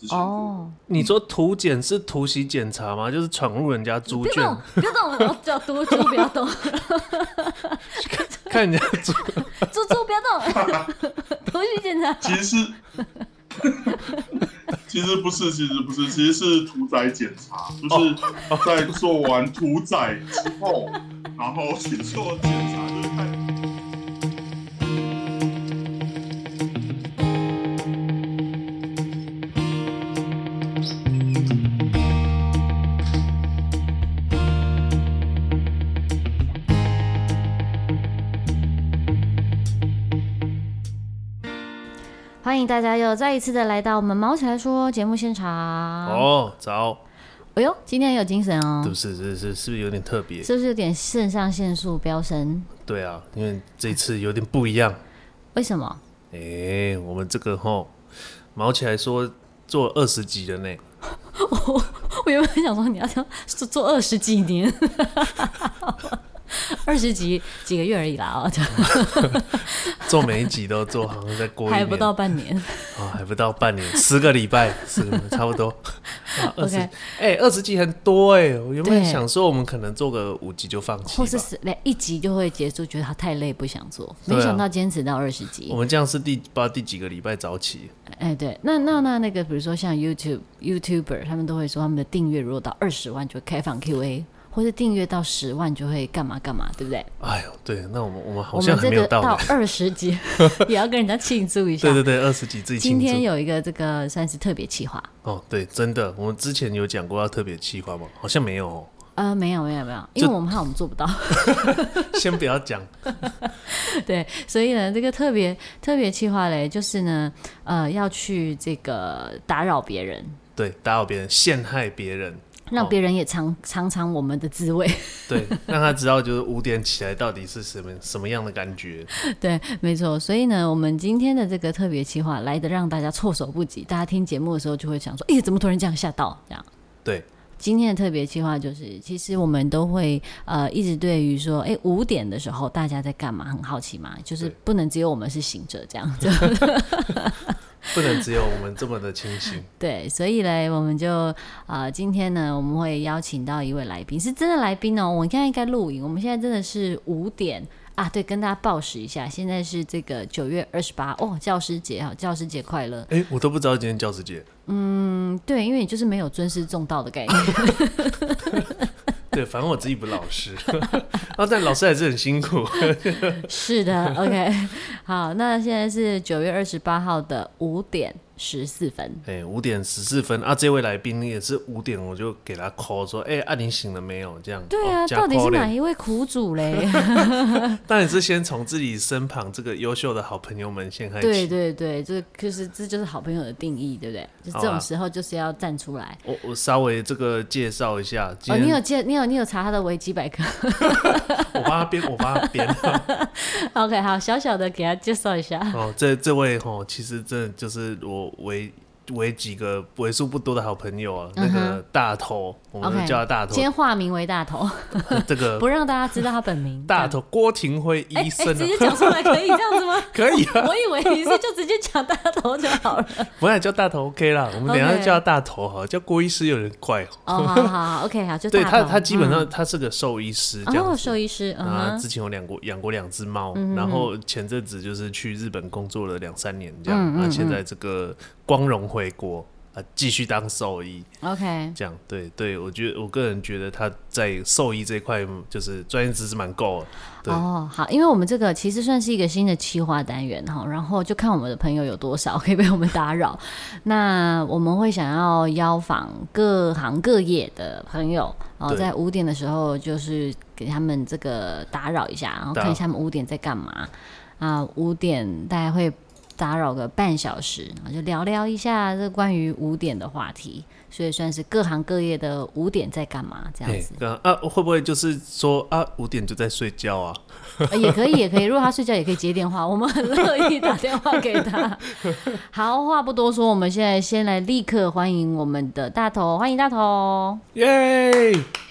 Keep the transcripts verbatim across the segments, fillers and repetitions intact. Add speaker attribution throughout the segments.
Speaker 1: 之前哦，
Speaker 2: 你说突检是突袭检查吗？就是闯入人家猪圈？
Speaker 1: 不要动，不要动，我叫猪猪不要动。
Speaker 2: 看人家猪，
Speaker 1: 猪猪不要动，突袭检查。
Speaker 3: 其实是，其实不是，其实不是，其实是屠宰检查，就是在做完屠宰之后，然后去做检查，就是看。
Speaker 1: 欢迎大家又再一次的来到我们毛起来说节目现场
Speaker 2: 哦，早！
Speaker 1: 哎呦，今天很有精神哦，
Speaker 2: 是是是是，是不是有点特别？
Speaker 1: 是不是有点肾上腺素飙升？
Speaker 2: 对啊，因为这次有点不一样。
Speaker 1: 为什么？
Speaker 2: 哎、欸，我们这个吼毛起来说做二十集了呢。
Speaker 1: 我我原本想说你要做做二十几年。二十集几个月而已啦、哦，
Speaker 2: 做每一集都做，好像在过一年，
Speaker 1: 还不到半年，
Speaker 2: 哦，还不到半年，十个礼拜，十个差不多。啊、二十，哎、
Speaker 1: okay.
Speaker 2: 二十集很多哎、欸，我原本想说我们可能做个五集就放弃，
Speaker 1: 或是一集就会结束，觉得他太累不想做，没想到坚持到二十集、
Speaker 2: 啊。我们这样是第不知道第几个礼拜早起。
Speaker 1: 哎，对，那那那那个，比如说像 YouTube YouTuber， 他们都会说他们的订阅如果到二十万就会开放 Q A。或是订阅到十万就会干嘛干嘛，对不对？
Speaker 2: 哎呦，对，那我们我们好像还没有到。
Speaker 1: 我们这个到二十集也要跟人家庆祝一下。
Speaker 2: 对对对，二十集自己庆祝。
Speaker 1: 今天有一个这个算是特别企划。
Speaker 2: 哦，对，真的，我们之前有讲过要特别企划吗？好像没有哦。
Speaker 1: 呃，没有没有没有，因为我们怕我们做不到。
Speaker 2: 先不要讲。
Speaker 1: 对，所以呢，这个特别特别企划嘞，就是呢，呃，要去这个打扰别人。
Speaker 2: 对，打扰别人，陷害别人。
Speaker 1: 让别人也尝尝尝我们的滋味，
Speaker 2: 对，让他知道就是五点起来到底是什么什么样的感觉。
Speaker 1: 对，没错。所以呢，我们今天的这个特别企划来的让大家措手不及，大家听节目的时候就会想说：“哎、欸，怎么突然这样吓到？”这样。
Speaker 2: 对。
Speaker 1: 今天的特别企划就是，其实我们都会呃一直对于说，哎，五点的时候大家在干嘛很好奇嘛，就是不能只有我们是醒着这样子。
Speaker 2: 不能只有我们这么的清醒。
Speaker 1: 对，所以呢，我们就呃，今天呢，我们会邀请到一位来宾，是真的来宾哦。我现在应该录影，我们现在真的是五点啊，对，跟大家报时一下，现在是这个九月二十八哦，教师节哈，教师节快乐。
Speaker 2: 哎，我都不知道今天教师节。
Speaker 1: 嗯，对，因为你就是没有尊师重道的概念。
Speaker 2: 对，反正我自己不老师，啊，但老师还是很辛苦。
Speaker 1: 是的 ，OK， 好，那现在是九月二十八号的五点十四分。
Speaker 2: 哎，五点十四分啊！这位来宾也是五点，我就给他 call 说：“哎，啊，你醒了没有？”这样。
Speaker 1: 对啊，哦、到底是哪一位苦主嘞？
Speaker 2: 当然是先从自己身旁这个优秀的好朋友们先开始。
Speaker 1: 对对对，这就是这就是好朋友的定义，对不对？就这种时候就是要站出来。
Speaker 2: 我我稍微这个介绍一下。
Speaker 1: 哦，你有介你有你有查他的维基百科？
Speaker 2: 我帮他编，我帮他编。
Speaker 1: OK， 好，小小的给他介绍一下。
Speaker 2: 哦，这这位哦，其实真的就是我为为几个为数不多的好朋友啊，嗯、那个大头，我们就叫他大头。
Speaker 1: 今天化名为大头，
Speaker 2: 这个
Speaker 1: 不让大家知道他本名。
Speaker 2: 大头郭廷辉医生、啊欸欸，
Speaker 1: 直接讲出来可以这样子吗？
Speaker 2: 可以啊，
Speaker 1: 我以为你是就直接讲大头就好了。
Speaker 2: 不然叫大頭 OK 啦，我们等一下叫他大頭好，叫郭医師有點怪
Speaker 1: 哦。好好好 ，OK 好，就大頭。
Speaker 2: 對他，他基本上他是個獸醫師這樣子。
Speaker 1: 哦，獸醫師，嗯、
Speaker 2: 啊，之前有養過養過兩隻貓、嗯，然後前陣子就是去日本工作了兩三年這樣，嗯嗯嗯啊，現在這個光榮回國。啊，繼續當獸醫
Speaker 1: ，OK，
Speaker 2: 這樣對對，我覺得我個人覺得他在獸醫這一塊就是專業知識蠻夠的。對
Speaker 1: 哦，好，因為我們這個其實算是一個新的企劃單元哈，然後就看我們的朋友有多少可以被我們打擾。那我們會想要邀訪各行各業的朋友，然後在五點的時候就是給他們這個打擾一下，然後看一下他們五點在幹嘛啊，五點大概會打擾個半小時，然後就聊聊一下這關於五點的話題，所以算是各行各業的五點在幹嘛這樣子。
Speaker 2: 啊，會不會就是說啊五點就在睡覺啊？
Speaker 1: 也可以也可以，如果他睡覺也可以接電話，我們很樂意打電話給他。好，話不多說，我們現在先來立刻歡迎我們的大頭，歡迎大頭，
Speaker 2: 耶！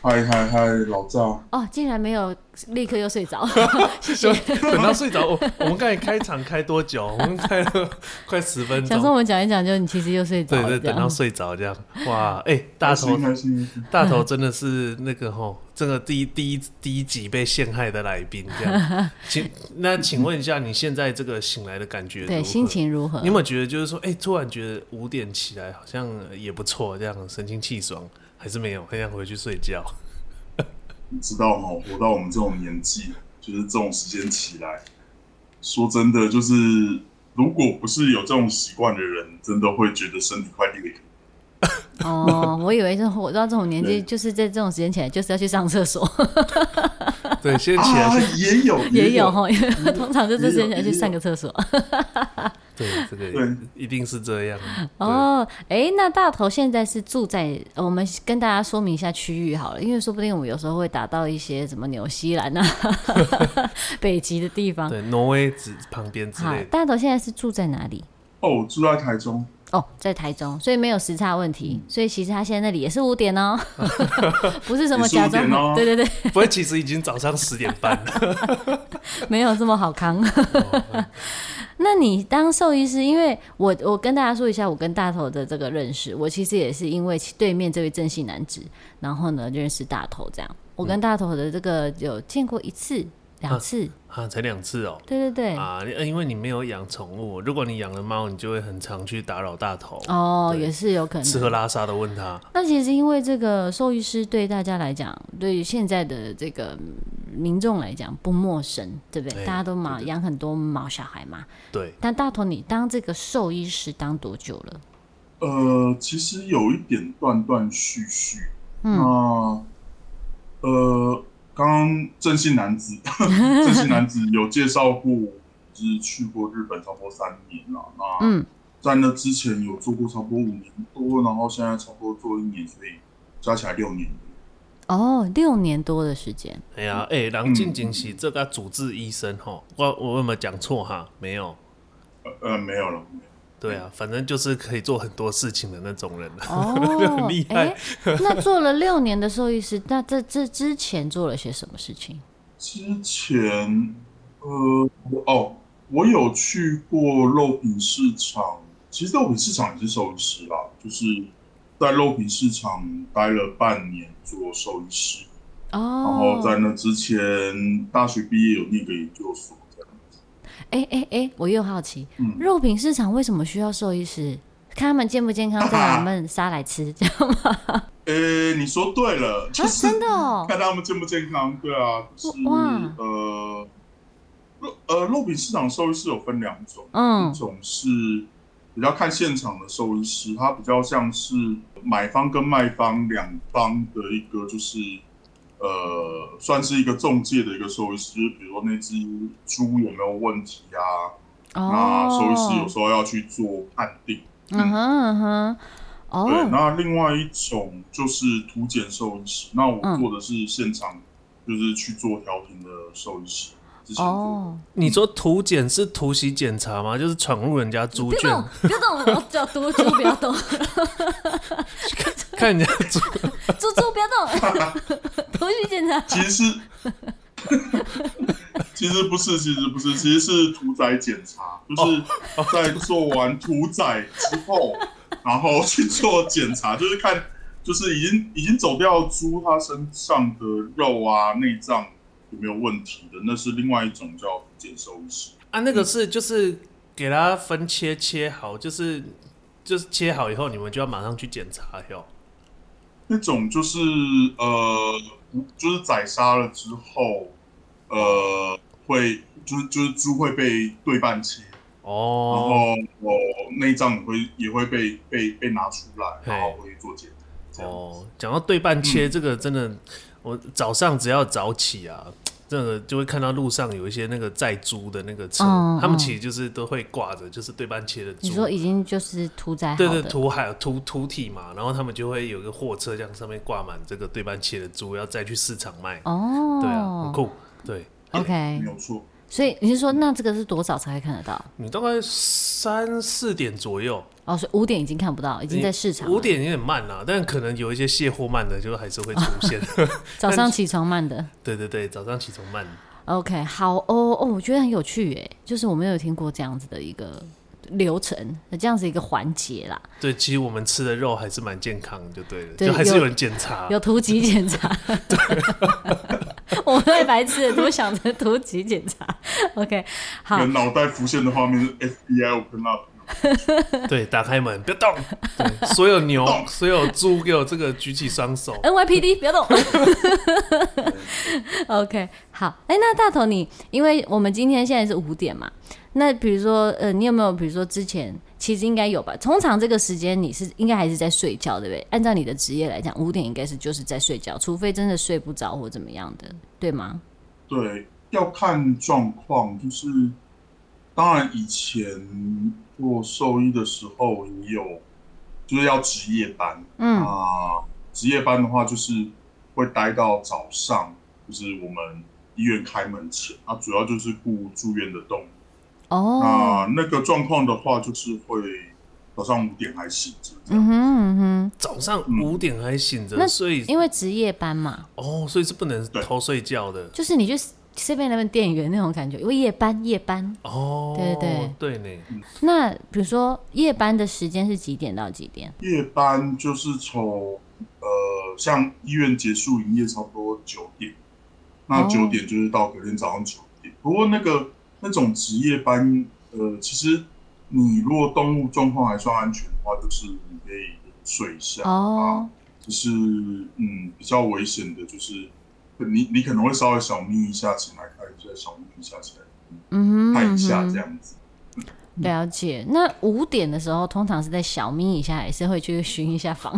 Speaker 3: 嗨嗨嗨，老赵！
Speaker 1: 哦，竟然没有立刻又睡着，谢谢。
Speaker 2: 等到睡着，我我们刚才开场开多久？我们开了快十分钟。
Speaker 1: 想说我们讲一讲，就你其实又睡着了。
Speaker 2: 对对，等到睡着这样。哇，哎、欸，大头，大头真的是那个吼，这个第一第一第一集被陷害的来宾这样。请那请问一下，你现在这个醒来的感觉如何？
Speaker 1: 对，心情如何？
Speaker 2: 你有没有觉得就是说，哎、欸，突然觉得五点起来好像也不错，这样神清气爽？还是没有，很想回去睡觉。
Speaker 3: 你知道吗？活到我们这种年纪，就是这种时间起来，说真的，就是如果不是有这种习惯的人，真的会觉得身体快裂。
Speaker 1: 哦，我以为是活到这种年纪，就是在这种时间起来，就是要去上厕所。
Speaker 2: 对，先起来、啊、
Speaker 3: 也有
Speaker 1: 也有哈，通常就这时间起来去上个厕所。
Speaker 2: 对，这个一定是这样。
Speaker 1: 哦，哎，那大头现在是住在，我们跟大家说明一下区域好了，因为说不定我们有时候会打到一些什么纽西兰啊、北极的地方，
Speaker 2: 对，挪威旁边之类的。
Speaker 1: 大头现在是住在哪里？
Speaker 3: 哦，我住在台中。
Speaker 1: 哦，在台中，所以没有时差问题，嗯、所以其实他现在那里也是五点哦，不是什么假装，
Speaker 3: 哦、
Speaker 1: 对对对，
Speaker 2: 不会，其实已经早上十点半了，
Speaker 1: 没有这么好康。哦、那你当兽医师，因为我我跟大家说一下，我跟大头的这个认识，我其实也是因为对面这位正系男子，然后呢认识大头这样，我跟大头的这个有见过一次。两次
Speaker 2: 啊, 啊，才两次哦。
Speaker 1: 对对对
Speaker 2: 啊，因为你没有养宠物，如果你养了猫，你就会很常去打扰大头。
Speaker 1: 哦，也是有可能
Speaker 2: 吃喝拉撒的问他。
Speaker 1: 那其实因为这个兽医师对大家来讲，对于现在的这个民众来讲不陌生，对不对？欸、大家都嘛养很多毛小孩嘛。
Speaker 2: 对。
Speaker 1: 但大头，你当这个兽医师当多久了？
Speaker 3: 呃，其实有一点断断续续。嗯。那呃。刚刚正信男子，正信男子有介绍过，就是去过日本差不多三年了。那、嗯、在那之前有做过差不多五年多，然后现在差不多做一年，所以加起来六年。
Speaker 1: 哦，六年多的时间。
Speaker 2: 哎呀，哎、欸，人正经是这个主治医生哈、嗯，我我有没有讲错哈？没有。
Speaker 3: 呃呃，没有了。
Speaker 2: 对啊，反正就是可以做很多事情的那种人，
Speaker 1: 哦，
Speaker 2: 很厉害。
Speaker 1: 那做了六年的兽医师，那这这之前做了些什么事情？
Speaker 3: 之前，呃，哦，我有去过肉品市场，其实肉品市场也是兽医师啦，就是在肉品市场待了半年做兽医师，哦，然后在那之前大学毕业有念个研究所。
Speaker 1: 哎哎哎，我又好奇，嗯、肉品市场为什么需要兽医师？看他们健不健康，再把他们杀来吃，这样吗？
Speaker 3: 呃、欸，你说对了，就是、
Speaker 1: 啊、真的哦，
Speaker 3: 看他们健不健康，对啊，就是哇，呃，肉呃肉品市场兽医师有分两种，嗯，一种是比较看现场的兽医师，他比较像是买方跟卖方两方的一个就是。呃，算是一个中介的一个兽医师，比如说那只猪有没有问题啊？哦、那兽医师有时候要去做判定。嗯哼嗯哼，哦。对，那另外一种就是图检兽医师，那我做的是现场，嗯、就是去做调停的兽医师。
Speaker 1: 哦，
Speaker 2: 你说图检是突袭检查吗？就是闯入人家猪圈？
Speaker 1: 不要动，不要动，我叫毒猪不要动。
Speaker 2: 看人家猪，
Speaker 1: 猪猪不要动，突袭检查。
Speaker 3: 其实是，其实不是，其实不是，其实是屠宰检查，就是在做完屠宰之后，然后去做检查，就是看，就是已经已经走掉的猪它身上的肉啊、内脏。有没有问题的？那是另外一种叫图检兽医师
Speaker 2: 啊，那个是就是给它分切切好，就是就是切好以后，你们就要马上去检查哟。
Speaker 3: 那种就是呃，就是宰杀了之后，呃，会就是就是猪会被对半切哦，然后哦内脏也会也会被被被拿出来，然后会做检查。
Speaker 2: 哦，讲到对半切、嗯、这个真的。我早上只要早起啊，这个就会看到路上有一些那个载猪的那个车，嗯、他们其实就是都会挂着，就是对半切的猪。
Speaker 1: 你说已经就是屠宰好的，
Speaker 2: 对对，屠还有屠屠体嘛，然后他们就会有一个货车，这样上面挂满这个对半切的猪，要再去市场卖。哦，对啊，很酷，对
Speaker 1: ，OK，
Speaker 3: 没有错。
Speaker 1: 所以你是说，那这个是多早才会看得到？
Speaker 2: 你大概三四点左右。
Speaker 1: 哦，所以五点已经看不到，已经在市场了。
Speaker 2: 五点有点慢啦，但可能有一些卸货慢的，就还是会出现。
Speaker 1: 早上起床慢的。
Speaker 2: 对对对，早上起床慢。
Speaker 1: OK， 好哦哦，我觉得很有趣耶，就是我没有听过这样子的一个流程，这样子一个环节啦。
Speaker 2: 对，其实我们吃的肉还是蛮健康的，就对了，对，就还是有人检查，
Speaker 1: 有突击检查。对，我们太白痴了，怎么想着突击检查 ？OK， 好。
Speaker 3: 脑袋浮现的画面是 F B I open up。
Speaker 2: 对，打开门，不要动。对，所有牛、所有猪，给我这个举起双手。
Speaker 1: N Y P D， 不要动。OK， 好。哎、欸，那大头你，因为我们今天现在是五点嘛，那比如说，呃，你有没有比如说之前其实应该有吧？通常这个时间你是应该还是在睡觉，对不对？按照你的职业来讲，五点应该是就是在睡觉，除非真的睡不着或怎么样的，对吗？
Speaker 3: 对，要看状况，就是当然以前做兽医的时候也有，就是要值夜班，嗯啊，值夜班的话就是会待到早上，就是我们医院开门前，啊，主要就是顾住院的动物。哦，那那个状况的话，就是会早上五点还醒着，嗯哼
Speaker 2: 嗯哼，早上五点还醒着，所以
Speaker 1: 因为值夜班嘛，
Speaker 2: 哦，所以是不能偷睡觉的，
Speaker 1: 就是你就这边那边店员那种感觉，因为夜班夜班，
Speaker 2: 哦，
Speaker 1: 对对
Speaker 2: 对对呢。
Speaker 1: 那比如说夜班的时间是几点到几点？
Speaker 3: 夜班就是从呃，像医院结束营业差不多九点，那九点就是到隔天早上九点。不过那个那种值夜班，呃，其实你如果动物状况还算安全的话，就是你可以睡一下哦。啊，就是嗯，比较危险的就是。你你可能会稍微小眯一下，起来看一下，小眯一下起来，嗯，看一下这样子。
Speaker 1: 了解。那五点的时候，通常是在小眯一下，还是会去巡一下房？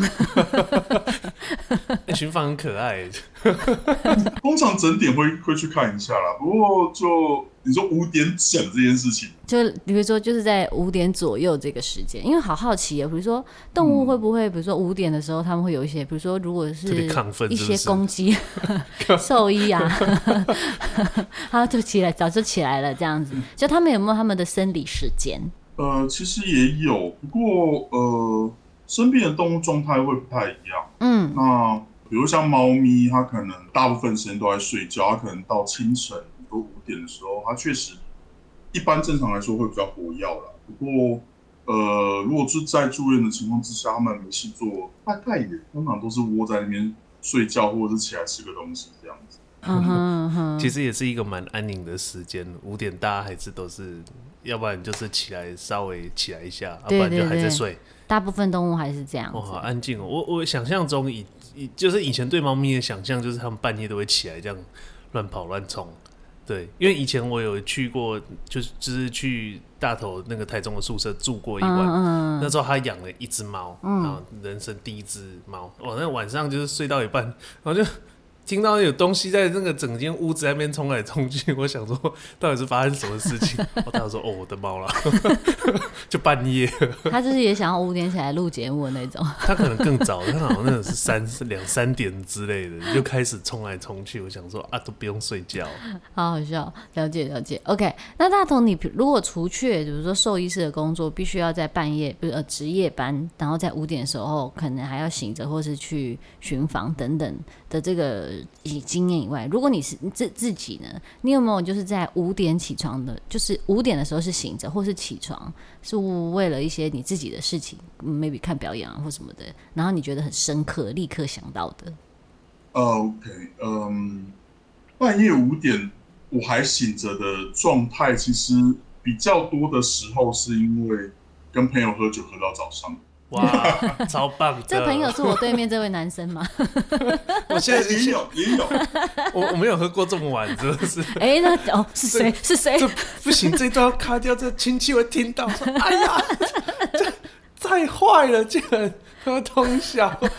Speaker 2: 巡房很可爱。
Speaker 3: 通常整点会会去看一下啦，不过就你说五点整这件事情，
Speaker 1: 就比如说就是在五点左右这个时间，因为好好奇啊，比如说动物会不会，比如说五点的时候他们会有一些，比如说如果是一些攻击兽医啊，他就起来早就起来了这样子，就他们有没有他们的生理时间？
Speaker 3: 呃，其实也有，不过呃，生病的动物状态会不太一样。嗯，那比如像猫咪，它可能大部分时间都在睡觉，它可能到清晨都五点的时候，它确实一般正常来说会比较活跃啦。不过呃，如果是在住院的情况之下，他们没事做，大概也通常都是窝在那边睡觉，或者是起来吃个东西这样子。
Speaker 1: 嗯哼哼，
Speaker 2: 其实也是一个蛮安宁的时间，五点大家还是都是，要不然就是起来稍微起来一下，要不然就还在睡。
Speaker 1: 大部分动物还是这样子。
Speaker 2: 哇，好安静哦！我我想象中以以就是以前对猫咪的想象，就是他们半夜都会起来这样乱跑乱冲。对，因为以前我有去过，就是就是去大头那个台中的宿舍住过一晚，嗯嗯、那时候他养了一只猫，嗯、然后人生第一只猫，哇，那晚上就是睡到一半，然后就听到有东西在那个整间屋子那边冲来冲去，我想说到底是发生什么事情？我大头说：“哦，我的猫啦。”就半夜，
Speaker 1: 他就是也想要五点起来录节目的那种。
Speaker 2: 他可能更早，他好像那是三两三点之类的，就开始冲来冲去。我想说啊，都不用睡觉，
Speaker 1: 好好笑。了解了解。OK， 那大头，你如果除却比如说兽医师的工作，必须要在半夜，比如呃值夜班，然后在五点的时候可能还要醒着，或是去巡房等等的这个经验以外，如果你是自自己呢，你有没有就是在五点起床的，就是五点的时候是醒着或是起床，是为了一些你自己的事情 ，maybe 看表演啊或什么的，然后你觉得很深刻，立刻想到的？
Speaker 3: 呃 ，OK， 嗯，半夜五点我还醒着的状态，其实比较多的时候是因为跟朋友喝酒喝到早上。
Speaker 2: 哇，超棒的！
Speaker 1: 这朋友是我对面这位男生吗？
Speaker 3: 我现在也有也有，
Speaker 2: 我我没有喝过这么晚，真的是。
Speaker 1: 哎、欸，那哦是谁？是谁？
Speaker 2: 不行，这段要卡掉，这亲戚会听到说：“哎呀，这太坏了，竟然喝通宵。”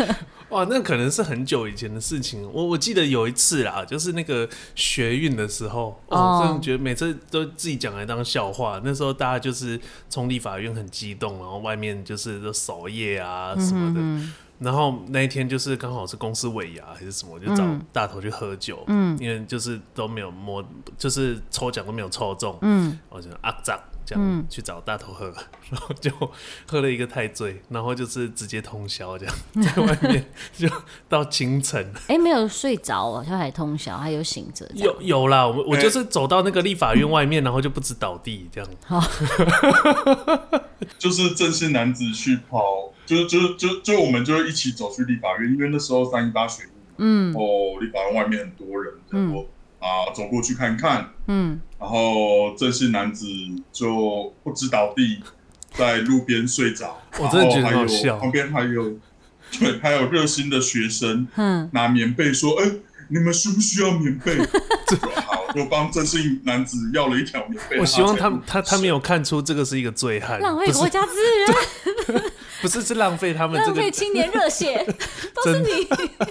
Speaker 2: 哇，那可能是很久以前的事情。我我记得有一次啦，就是那个学运的时候，哦，哦真的觉得每次都自己讲来当笑话。那时候大家就是冲立法院很激动，然后外面就是都守夜啊什么的。嗯嗯然后那一天就是刚好是公司尾牙还是什么，我就找大头去喝酒，嗯，因为就是都没有摸，就是抽奖都没有抽中，嗯，我就阿扎这样、嗯、去找大头喝，然后就喝了一个太醉，然后就是直接通宵这样，在外面就到清晨。
Speaker 1: 哎，没有睡着哦，他还通宵，还有醒着。
Speaker 2: 有有啦，我我就是走到那个立法院外面，然后就不知倒地这样。好，
Speaker 3: 就是正式男子去跑。就就就就我们就一起走去立法院，因为那时候三一八学运，嗯，然后立法院外面很多人，然后啊走过去看看，嗯，然后正式男子就不知倒地，在路边睡着，
Speaker 2: 我真的觉得好笑。
Speaker 3: 旁边还有对，还有热心的学生，嗯，拿棉被说，哎、欸，你们需不需要棉被？好，就帮正式男子要了一条棉被。
Speaker 2: 我希望他他他没有看出这个是一个醉汉，
Speaker 1: 浪费国家资源。
Speaker 2: 不是，是浪费他们这个
Speaker 1: 浪费青年热血，都是你。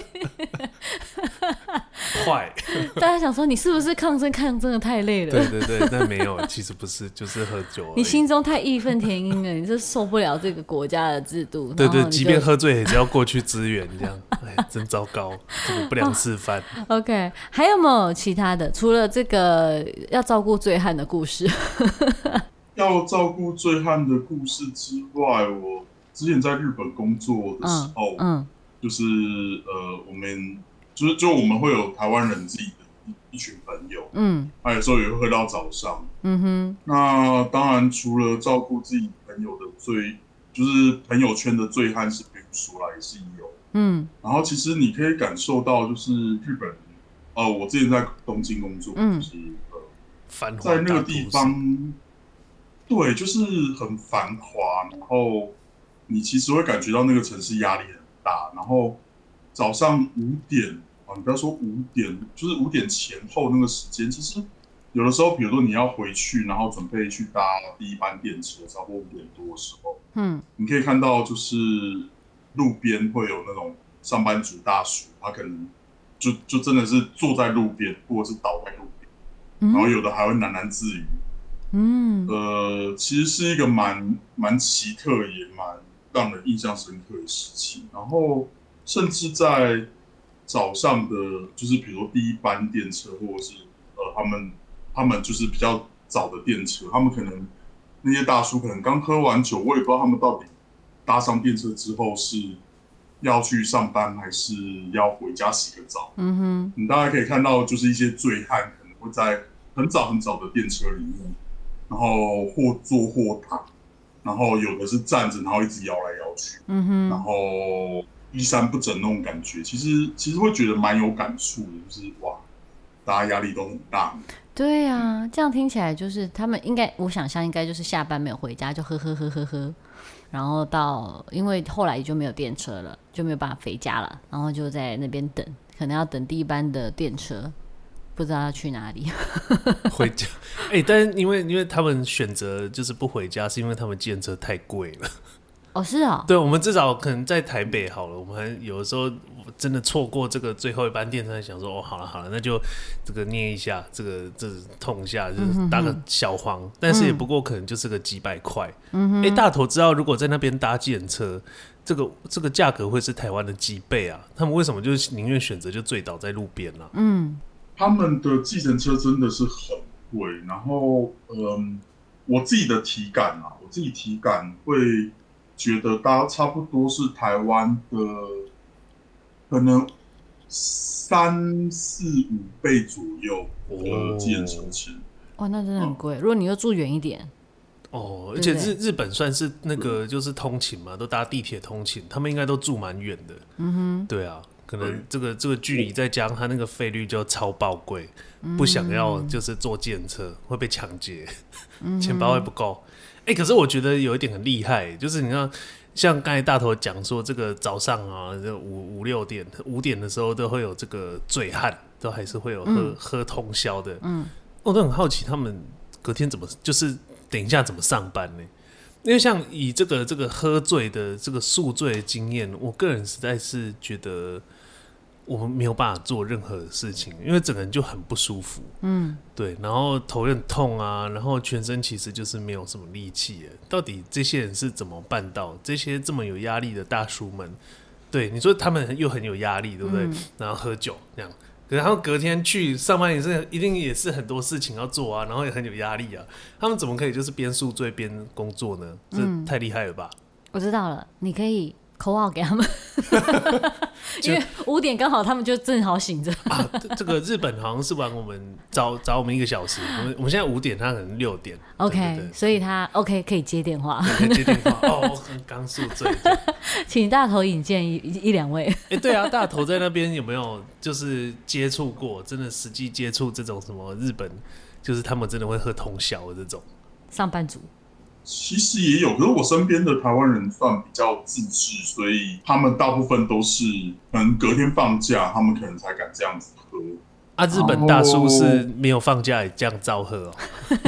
Speaker 2: 坏，
Speaker 1: 大家想说你是不是抗争抗争的太累了？
Speaker 2: 对对对，但没有，其实不是，就是喝酒而已。
Speaker 1: 你心中太义愤填膺了，你是受不了这个国家的制度。
Speaker 2: 对对，即便喝醉也是要过去支援，这样，哎，真糟糕，这个不良示范。
Speaker 1: 哦、OK， 还有没有其他的？除了这个要照顾醉汉的故事，
Speaker 3: 要照顾醉汉的故事之外，我。之前在日本工作的时候，嗯嗯、就是呃，我们就是就我们会有台湾人自己的 一, 一群朋友，嗯，他、啊、有时候也会喝到早上，嗯哼。那当然，除了照顾自己朋友的醉，就是朋友圈的醉汉是不用说啦，也是有，嗯。然后其实你可以感受到，就是日本，呃，我之前在东京工作，嗯、就是呃，在那个地方，对，就是很繁华，然后。你其实会感觉到那个城市压力很大，然后早上五点啊，你不要说五点，就是五点前后那个时间，其实有的时候，比如说你要回去，然后准备去搭第一班电车，差不多五点多的时候，嗯，你可以看到就是路边会有那种上班族大叔，他可能就就真的是坐在路边，或者是倒在路边，嗯、然后有的还会喃喃自语，嗯，呃，其实是一个蛮蛮奇特也蛮。让人印象深刻的事情，然后甚至在早上的，就是比如说第一班电车，或者是呃他们他们就是比较早的电车，他们可能那些大叔可能刚喝完酒，我也不知道他们到底搭上电车之后是要去上班还是要回家洗个澡。嗯哼，你大概可以看到，就是一些醉汉可能会在很早很早的电车里面，然后或坐或躺。然后有的是站着，然后一直摇来摇去，嗯哼，然后衣衫不整那种感觉，其实其实会觉得蛮有感触的，就是哇，大家压力都很大。
Speaker 1: 对啊，这样听起来就是他们应该，我想象应该就是下班没有回家就喝喝喝喝喝，然后到因为后来就没有电车了，就没有办法回家了，然后就在那边等，可能要等第一班的电车。不知道要去哪里
Speaker 2: 回家，哎、欸，但是因为因为他们选择就是不回家，是因为他们计程车太贵了。
Speaker 1: 哦，是啊、哦，
Speaker 2: 对，我们至少可能在台北好了，我们还有的时候真的错过这个最后一班电车，想说哦，好了好了，那就这个捏一下，这个这痛一下，就是搭个小黄，嗯、但是也不过可能就是个几百块。嗯，哎、欸，大头知道如果在那边搭计程车，这个这个价格会是台湾的几倍啊？他们为什么就是宁愿选择就醉倒在路边呢、啊？
Speaker 1: 嗯。
Speaker 3: 他们的计程车真的是很贵，然后，嗯，我自己的体感啊，我自己体感会觉得大概差不多是台湾的可能三四五倍左右的计程车钱。
Speaker 1: 哇，那真的很贵。嗯、如果你又住远一点，
Speaker 2: 哦，而且日日本算是那个就是通勤嘛，都搭地铁通勤，他们应该都住蛮远的。嗯哼，对啊。可能这个这个距离再加上他那个费率就超爆贵，嗯、不想要就是坐计程车会被抢劫，嗯、钱包会不够。哎、欸，可是我觉得有一点很厉害，就是你看，像刚才大头讲说，这个早上啊，五五六点、五点的时候都会有这个醉汉，都还是会有喝、嗯、喝通宵的。嗯，我都很好奇他们隔天怎么，就是等一下怎么上班呢？ 因为像以这个这个喝醉的这个宿醉的经验，我个人实在是觉得我们没有办法做任何事情，因为整个人就很不舒服。嗯，对，然后头很痛啊，然后全身其实就是没有什么力气。到底这些人是怎么办到？这些这么有压力的大叔们，对你说他们又很有压力，对不对？嗯、然后喝酒这样。可是他们隔天去上班也是一定也是很多事情要做啊，然后也很有压力啊。他们怎么可以就是边宿醉边工作呢？这太厉害了吧！
Speaker 1: 我知道了，你可以call out给他们，因为五点刚好他们就正好醒着
Speaker 2: 啊。这个日本好像是晚我们早早我们一个小时，我们我们现在五点，他可能六点。
Speaker 1: OK，
Speaker 2: 对对对，
Speaker 1: 所以他 OK 可以接电话，
Speaker 2: 可以接电话。哦，我刚宿醉，
Speaker 1: 请大头引荐一一两位。
Speaker 2: 哎、欸，对啊，大头在那边有没有就是接触过？真的实际接触这种什么日本，就是他们真的会喝通宵的这种
Speaker 1: 上班族。
Speaker 3: 其实也有，可是我身边的台湾人算比较自制，所以他们大部分都是可能隔天放假，他们可能才敢这样子喝。
Speaker 2: 啊，日本大叔是没有放假也这样照喝哦。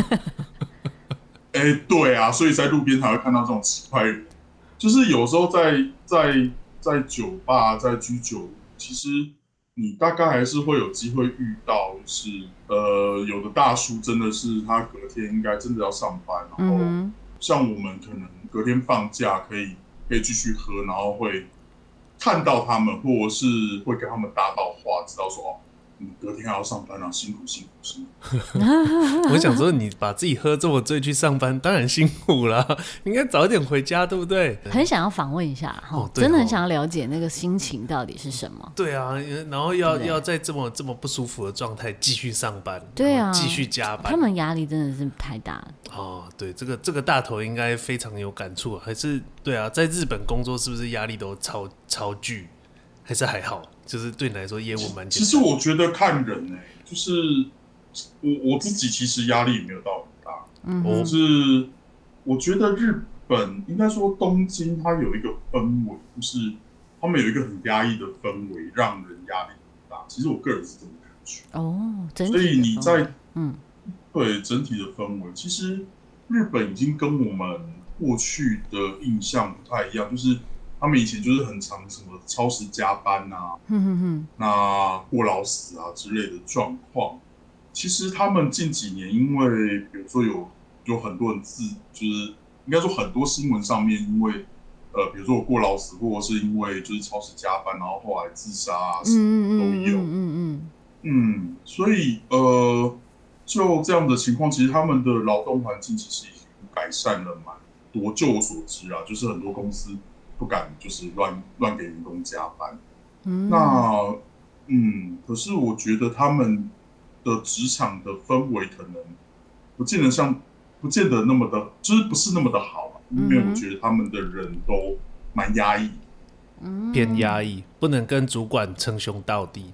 Speaker 3: 哎、欸，对啊，所以在路边才会看到这种奇怪人。就是有时候在在在酒吧、在居酒，其实你大概还是会有机会遇到，就是呃，有的大叔真的是他隔天应该真的要上班，然后。嗯，像我们可能隔天放假可以可以继续喝，然后会看到他们，或者是会跟他们搭到话，知道说哦，你隔天还要上班啊，辛苦辛苦辛苦。
Speaker 2: 我想说，你把自己喝这么醉去上班，当然辛苦啦，应该早点回家，对不对？
Speaker 1: 很想要访问一下、哦、真的很想要了解那个心情到底是什么。
Speaker 2: 对啊，然后要要在这么这么不舒服的状态继续上班，
Speaker 1: 对啊，
Speaker 2: 继续加班，
Speaker 1: 他们压力真的是太大了。
Speaker 2: 哦，对，这个这个大头应该非常有感触，还是对啊，在日本工作是不是压力都超超巨，还是还好？就是对你来说业务蛮简单。
Speaker 3: 其实我觉得看人哎、欸，就是我我自己其实压力也没有到很大，嗯，就是我觉得日本应该说东京它有一个氛围，就是他们有一个很压抑的氛围，让人压力很大。其实我个人是这么感觉
Speaker 1: 哦，整体
Speaker 3: 所以你在
Speaker 1: 嗯。
Speaker 3: 对整体的氛围，其实日本已经跟我们过去的印象不太一样，就是他们以前就是很常什么超时加班啊，嗯哼哼那过劳死啊之类的状况。其实他们近几年，因为比如说有有很多人自，就是应该说很多新闻上面，因为呃，比如说我过劳死，或者是因为就是超时加班，然后后来自杀啊，什么都有，嗯嗯嗯嗯，所以呃。就这样的情况，其实他们的劳动环境其实已经改善了蛮多。就我所知啊，就是很多公司不敢就是乱乱给员工加班。嗯，那嗯，可是我觉得他们的职场的氛围可能不见得像，不见得那么的，就是不是那么的好、啊，因为我觉得他们的人都蛮压抑，
Speaker 2: 嗯，偏压抑，不能跟主管称兄道弟。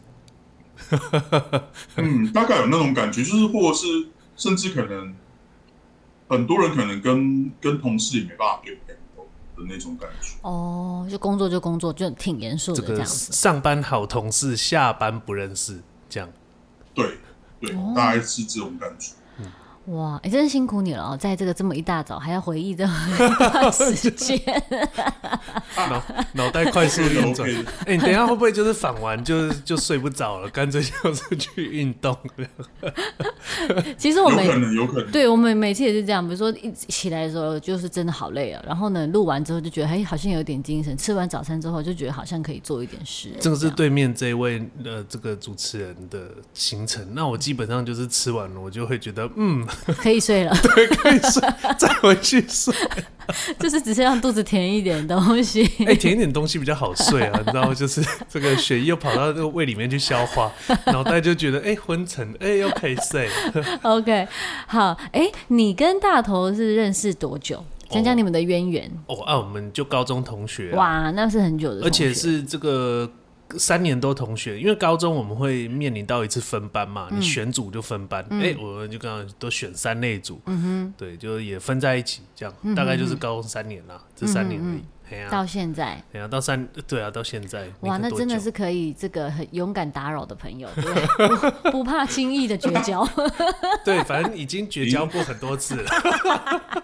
Speaker 3: 嗯，大概有那种感觉，就是或者是甚至可能很多人可能跟跟同事也没办法对朋友的那种感觉。
Speaker 1: 哦，就工作就工作，就挺严肃的这样子。
Speaker 2: 这个、上班好同事，下班不认识，这样。
Speaker 3: 对对、哦，大概是这种感觉。嗯，
Speaker 1: 哇，欸，真是辛苦你了哦，在这个这么一大早还要回忆这么一段时间，
Speaker 2: 脑脑袋快速运转。哎、欸，你等一下会不会就是访完就就睡不着了，干脆就是去运动？
Speaker 1: 其实我们
Speaker 3: 有可能有可能，
Speaker 1: 对我们每次也是这样，比如说一起来的时候就是真的好累啊，然后呢录完之后就觉得哎好像有点精神，吃完早餐之后就觉得好像可以做一点事。
Speaker 2: 这个是对面这位呃这个主持人的行程，那我基本上就是吃完了我就会觉得嗯。
Speaker 1: 可以睡了，
Speaker 2: 对，可以睡，再回去睡，
Speaker 1: 就是只是让肚子填一点东西。
Speaker 2: 哎、欸，填一点东西比较好睡啊，你知道，就是这个血液又跑到这个胃里面去消化，脑袋就觉得哎、欸、昏沉，哎、欸、又可以睡。
Speaker 1: OK， 好，哎、欸，你跟大头是认识多久？讲讲你们的渊源。
Speaker 2: 哦啊，我们就高中同学、啊。
Speaker 1: 哇，那是很久的同学，
Speaker 2: 而且是这个。三年都同学，因为高中我们会面临到一次分班嘛，嗯、你选组就分班，哎、嗯欸，我们就刚刚都选三类组，嗯哼，对，就也分在一起，这样、嗯、大概就是高中三年啦，这三年而已，嗯啊、
Speaker 1: 到现在，
Speaker 2: 对啊，到三，对啊，到现在，
Speaker 1: 哇，那真的是可以这个很勇敢打扰的朋友，对不对？不, 不怕轻易的绝交，
Speaker 2: 对，反正已经绝交过很多次了。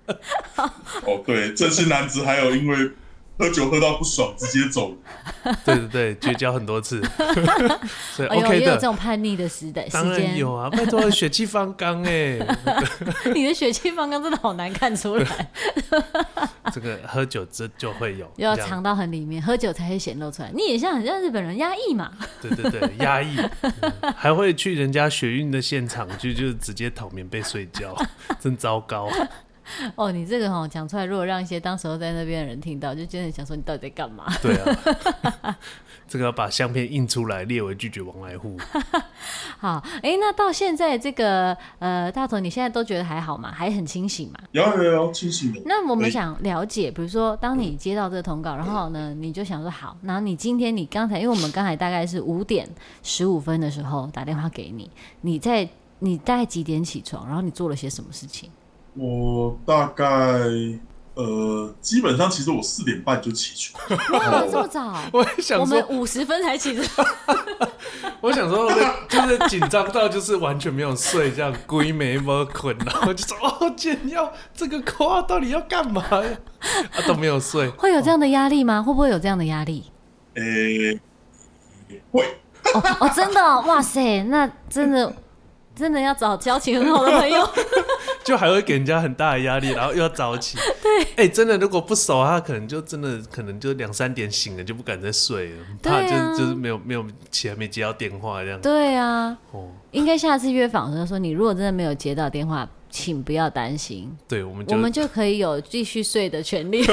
Speaker 3: 哦，对，正式男子还有因为喝酒喝到不爽直接走，
Speaker 2: 对对对，绝交很多次，所以
Speaker 1: 哎呦
Speaker 2: OK 的。
Speaker 1: 也有这种叛逆的时代，
Speaker 2: 当然有啊，拜托，血气方刚哎，
Speaker 1: 你的血气方刚真的好难看出来。
Speaker 2: 这个喝酒这就会有，
Speaker 1: 要藏到很里面，喝酒才会显露出来。你也像很像日本人压抑嘛？
Speaker 2: 对对对，压抑、嗯，还会去人家学运的现场就就直接讨棉被睡觉，真糟糕。
Speaker 1: 哦，你这个哦讲出来，如果让一些当时候在那边的人听到，就真的想说你到底在干嘛？
Speaker 2: 对啊，这个要把相片印出来，列为拒绝往来户。
Speaker 1: 好，哎、欸，那到现在这个呃大头，你现在都觉得还好吗？还很清醒吗？
Speaker 3: 有有有清醒的。
Speaker 1: 那我们想了解，比如说当你接到这个通告，然后呢，你就想说好，然后你今天你刚才，因为我们刚才大概是五点十五分的时候打电话给你，你在你大概几点起床？然后你做了些什么事情？
Speaker 3: 我大概呃，基本上其实我四点半就起床。
Speaker 1: 哇，这么早？
Speaker 2: 我想说，
Speaker 1: 我们五十分才起床。
Speaker 2: 我想说，就是紧张到就是完全没有睡，这样鬼没没困，然后就说哦，今天要这个口号到底要干嘛呀？啊，都没有睡。
Speaker 1: 会有这样的压力吗？会不会有这样的压力？
Speaker 3: 呃、欸，会。
Speaker 1: 哦哦，真的、哦，哇塞，那真的。真的要找交情很好的朋友，
Speaker 2: 就还会给人家很大的压力，然后又要早起。
Speaker 1: 对，
Speaker 2: 哎、欸，真的，如果不熟，他可能就真的可能就两三点醒了，就不敢再睡了，怕就是、啊、就是没有没有起来没接到电话这样。
Speaker 1: 对啊，
Speaker 2: 哦，
Speaker 1: 应该下次约访的时候说，你如果真的没有接到电话，请不要担心，
Speaker 2: 对，我们就
Speaker 1: 我们就可以有继续睡的权利。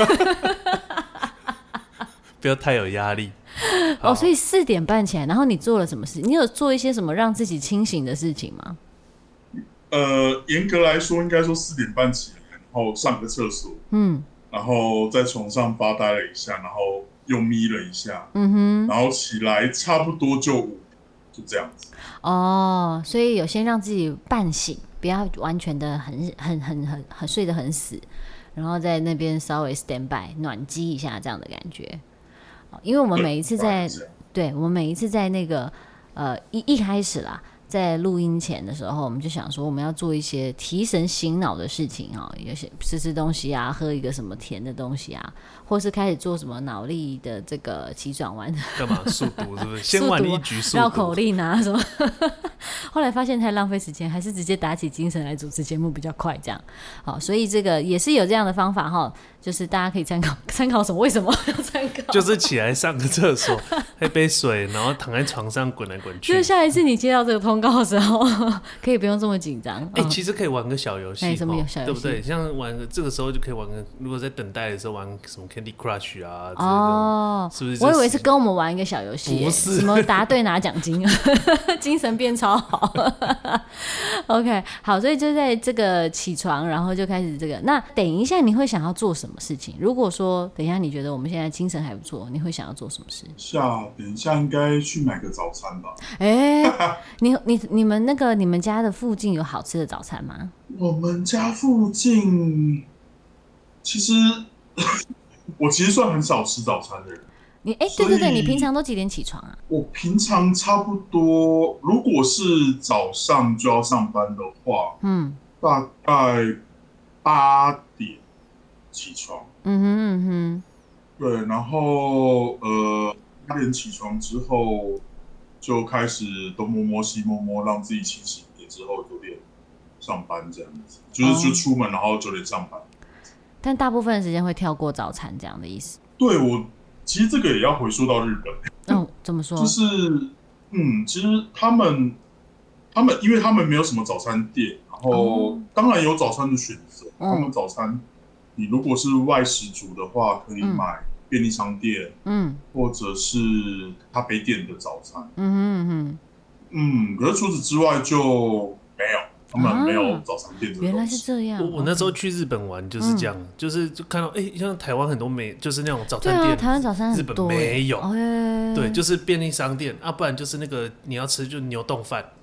Speaker 2: 不要太有压力。
Speaker 1: 哦，所以四点半起来，然后你做了什么事？你有做一些什么让自己清醒的事情吗？
Speaker 3: 呃，严格来说，应该说四点半起来，然后上个厕所，嗯，然后在床上发呆了一下，然后又眯了一下，嗯哼，然后起来差不多就五，就这样子。
Speaker 1: 哦，所以有先让自己半醒，不要完全的很很很很很睡得很死，然后在那边稍微 stand by 暖机一下这样的感觉。因为我们每一次在，对，我们每一次在那个呃一一开始啦，在录音前的时候，我们就想说我们要做一些提神醒脑的事情啊、哦，有些吃吃东西啊，喝一个什么甜的东西啊，或是开始做什么脑力的这个急转弯，
Speaker 2: 干嘛速读是不是？先玩一局速读，
Speaker 1: 绕口令啊什么。后来发现太浪费时间，还是直接打起精神来主持节目比较快，这样。好，所以这个也是有这样的方法哈。就是大家可以参考参考什么？为什么要参考？
Speaker 2: 就是起来上个厕所，喝杯水，然后躺在床上滚来滚去。
Speaker 1: 就是下一次你接到这个通告的时候，可以不用这么紧张。
Speaker 2: 哎、欸，其实可以玩个小游戏，
Speaker 1: 哎，什么小游戏？
Speaker 2: 对不对？像玩个这个时候就可以玩个，如果在等待的时候玩什么 Candy Crush 啊，
Speaker 1: 哦，
Speaker 2: 是不是？
Speaker 1: 我以为是跟我们玩一个小游戏，
Speaker 2: 不是
Speaker 1: 什么答对拿奖金，精神变超好。OK， 好，所以就在这个起床，然后就开始这个。那等一下你会想要做什么事情？如果说等一下你觉得我们现在精神还不错，你会想要做什么事？
Speaker 3: 下等一下应该去买个早餐吧。
Speaker 1: 哎、欸，你你你们那个你们家的附近有好吃的早餐吗？
Speaker 3: 我们家附近其实我其实算很少吃早餐的人。
Speaker 1: 你哎、欸，对对对，你平常都几点起床啊？
Speaker 3: 我平常差不多，如果是早上就要上班的话，嗯，大概八点起床。嗯哼嗯哼，对，然后呃，八点起床之后就开始东摸摸西摸摸，让自己清醒一点，之后九点上班这样子，就是就出门，然后九点上班。
Speaker 1: 但大部分的时间会跳过早餐这样的意思。
Speaker 3: 对，我其实这个也要回溯到日本。
Speaker 1: 哦，怎么说？
Speaker 3: 就是嗯，其实他们他们因为他们没有什么早餐店，然后当然有早餐的选择，他们早餐。你如果是外食族的话，可以买便利商店，嗯，或者是咖啡店的早餐，嗯哼哼，嗯，可是除此之外就没有，他们没有早餐店这个东西。
Speaker 1: 原来是这样。
Speaker 2: 我我那时候去日本玩就是这样，嗯、就是就看到哎、欸，像台湾很多没就是那种早餐店，
Speaker 1: 对啊，台湾早餐
Speaker 2: 日本没有，
Speaker 1: 哦、
Speaker 2: 对，就是便利商店啊，不然就是那个你要吃就牛冻饭。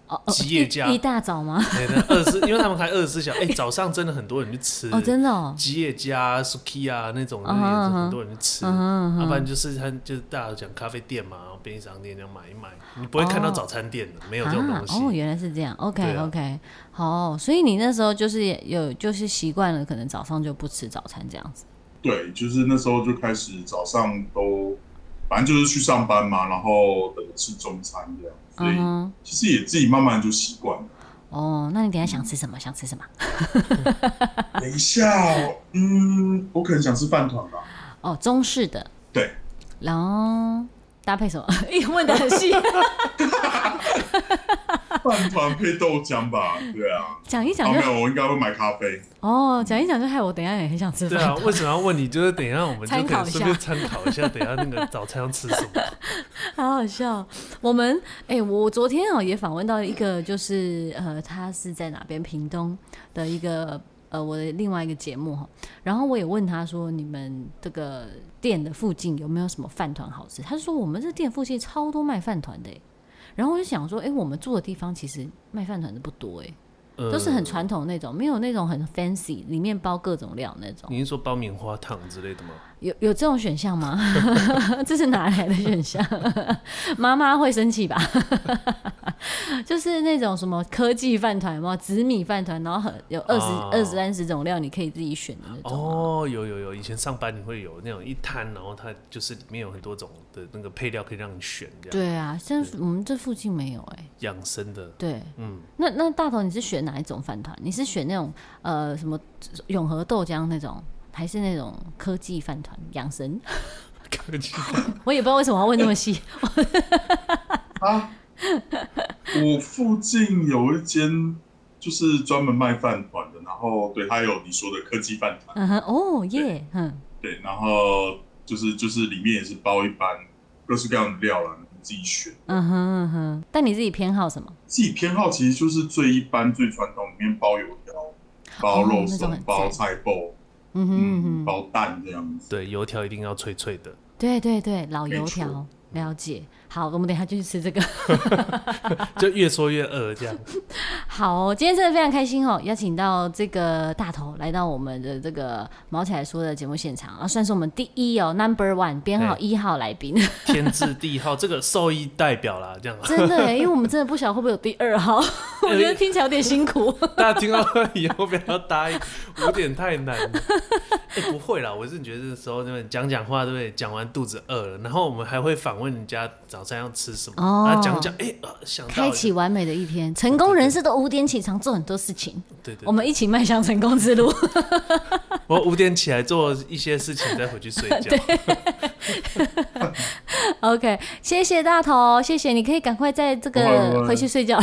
Speaker 2: 吉野家、
Speaker 1: 哦、一, 一大早吗？
Speaker 2: 对，二十，因为他们开二十四小时，哎、欸，早上真的很多人去吃
Speaker 1: 哦，真的哦，
Speaker 2: 吉野家、Sukiya 那种，也是很多人去吃，要、uh huh, uh huh. 不然就是他就是大家讲咖啡店嘛，然后便利商店这样买一买，你不会看到早餐店的，哦、没有这种东西。
Speaker 1: 哦，原来是这样 ，OK、啊、OK， 好，所以你那时候就是有就是习惯了，可能早上就不吃早餐这样子。
Speaker 3: 对，就是那时候就开始早上都。反正就是去上班嘛，然后等吃中餐这样，所以其实也自己慢慢就习惯了。
Speaker 1: 哦，那你等一下想吃什么？嗯、想吃什么？
Speaker 3: 等一下，嗯，我可能想吃饭团吧。
Speaker 1: 哦，中式的。
Speaker 3: 对。
Speaker 1: 然后搭配什么？问得很细。
Speaker 3: 饭团配豆浆吧，对啊。
Speaker 1: 讲一讲就、
Speaker 3: 啊、没有，我应该会买咖啡。
Speaker 1: 哦，讲一讲就害我等一下也很想吃饭团。
Speaker 2: 对啊，为什么要问你？就是等一下我们就可以顺便参考一下，等一下那个早餐要吃什么。
Speaker 1: 好好笑。我们哎、欸，我昨天哦也访问到一个，就是呃，他是在哪边？屏东的一个呃，我的另外一个节目哈。然后我也问他说，你们这个店的附近有没有什么饭团好吃？他就说我们这店附近超多卖饭团的、欸。然后我就想说，哎、欸，我们住的地方其实卖饭团的不多哎、欸。都是很传统那种，没有那种很 fancy， 里面包各种料那种。
Speaker 2: 你是说包棉花糖之类的吗？
Speaker 1: 有有这种选项吗？这是哪来的选项？妈妈会生气吧？就是那种什么科技饭团，有没有紫米饭团，然后有二十二十三十种料，你可以自己选的那种、啊。
Speaker 2: 哦，有有有，以前上班你会有那种一摊，然后它就是里面有很多种的那个配料可以让你选。这样
Speaker 1: 对啊，像我们这附近没有哎、欸。
Speaker 2: 养生的。
Speaker 1: 对，嗯。那那大头你是选哪一种饭团？你是选那种呃什么永和豆浆那种？还是那种科技饭团养生？
Speaker 2: 科技饭团，
Speaker 1: 我也不知道为什么要问那么细。
Speaker 3: 啊，我附近有一间就是专门卖饭团的，然后对，它有你说的科技饭团。
Speaker 1: 嗯哼，哦耶，嗯，
Speaker 3: 对，然后就是就是里面也是包一般各式各样的料啦，你自己选。
Speaker 1: 嗯哼嗯哼，但你自己偏好什么？
Speaker 3: 自己偏好其实就是最一般最传统，里面包油条、包肉松、哦、包菜脯。嗯哼嗯哼，包蛋这样子。
Speaker 2: 对，油条一定要脆脆的。
Speaker 1: 对对对，老油条，了解。好，我们等一下就去吃这个。
Speaker 2: 就越说越饿这样。
Speaker 1: 好，今天真的非常开心哦，邀请到这个大头来到我们的这个毛起来说的节目现场，啊，算是我们第一哦 ，number one 编号一号来宾，
Speaker 2: 天字第一号，这个兽医代表啦，这样。
Speaker 1: 真的耶，因为我们真的不晓得会不会有第二号，我觉得听起来有点辛苦。
Speaker 2: 大家听到以后不要答应，五点太难了。哎、欸，不会啦，我是觉得这时候讲讲话，对不对？讲完肚子饿了，然后我们还会访问人家早餐要吃什么，哦、然后讲讲，哎、欸呃，想到
Speaker 1: 开启完美的一天，成功人士都五点起床做很多事情，
Speaker 2: 对 对, 对, 对，
Speaker 1: 我们一起迈向成功之路。
Speaker 2: 我五点起来做一些事情，再回去睡觉。
Speaker 1: OK， 谢谢大头，谢谢，你可以赶快在这个回去睡觉。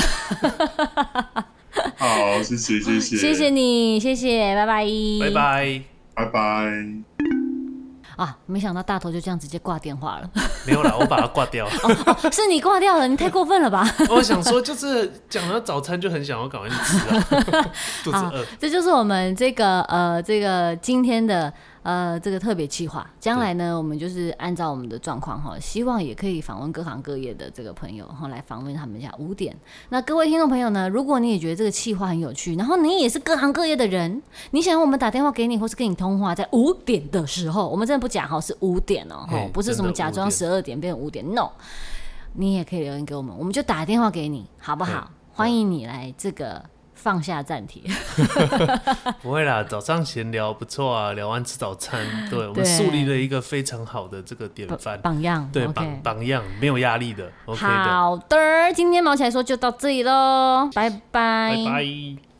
Speaker 3: 好，谢谢谢谢，
Speaker 1: 谢谢你，谢谢，拜拜，
Speaker 2: 拜拜，
Speaker 3: 拜拜。
Speaker 1: 啊！没想到大头就这样直接挂电话了。
Speaker 2: 没有啦，我把它挂掉。
Speaker 1: 哦哦，是你挂掉了，你太过分了吧？
Speaker 2: 我想说，就是讲到早餐就很想要赶快去吃啊，肚子饿。
Speaker 1: 这就是我们这个呃这个今天的呃这个特别企划。将来呢，我们就是按照我们的状况哈，希望也可以访问各行各业的这个朋友哈，来访问他们家五点。那各位听众朋友呢，如果你也觉得这个企划很有趣，然后你也是各行各业的人，你想要我们打电话给你，或是跟你通话，在五点的时候，我们真的不假哈，是五点哦、喔，不是什么假装十二点变成五点 ，no， 你也可以留言给我们，我们就打电话给你，好不好？欢迎你来这个。放下暂停。
Speaker 2: 不会啦，早上闲聊不错啊，聊完吃早餐，对，我们树立了一个非常好的这个典范
Speaker 1: 榜样，
Speaker 2: 对，
Speaker 1: okay.
Speaker 2: 榜榜样，没有压力的 ，OK 的。
Speaker 1: 好的，今天毛起来说就到这里喽，拜拜，
Speaker 2: 拜拜。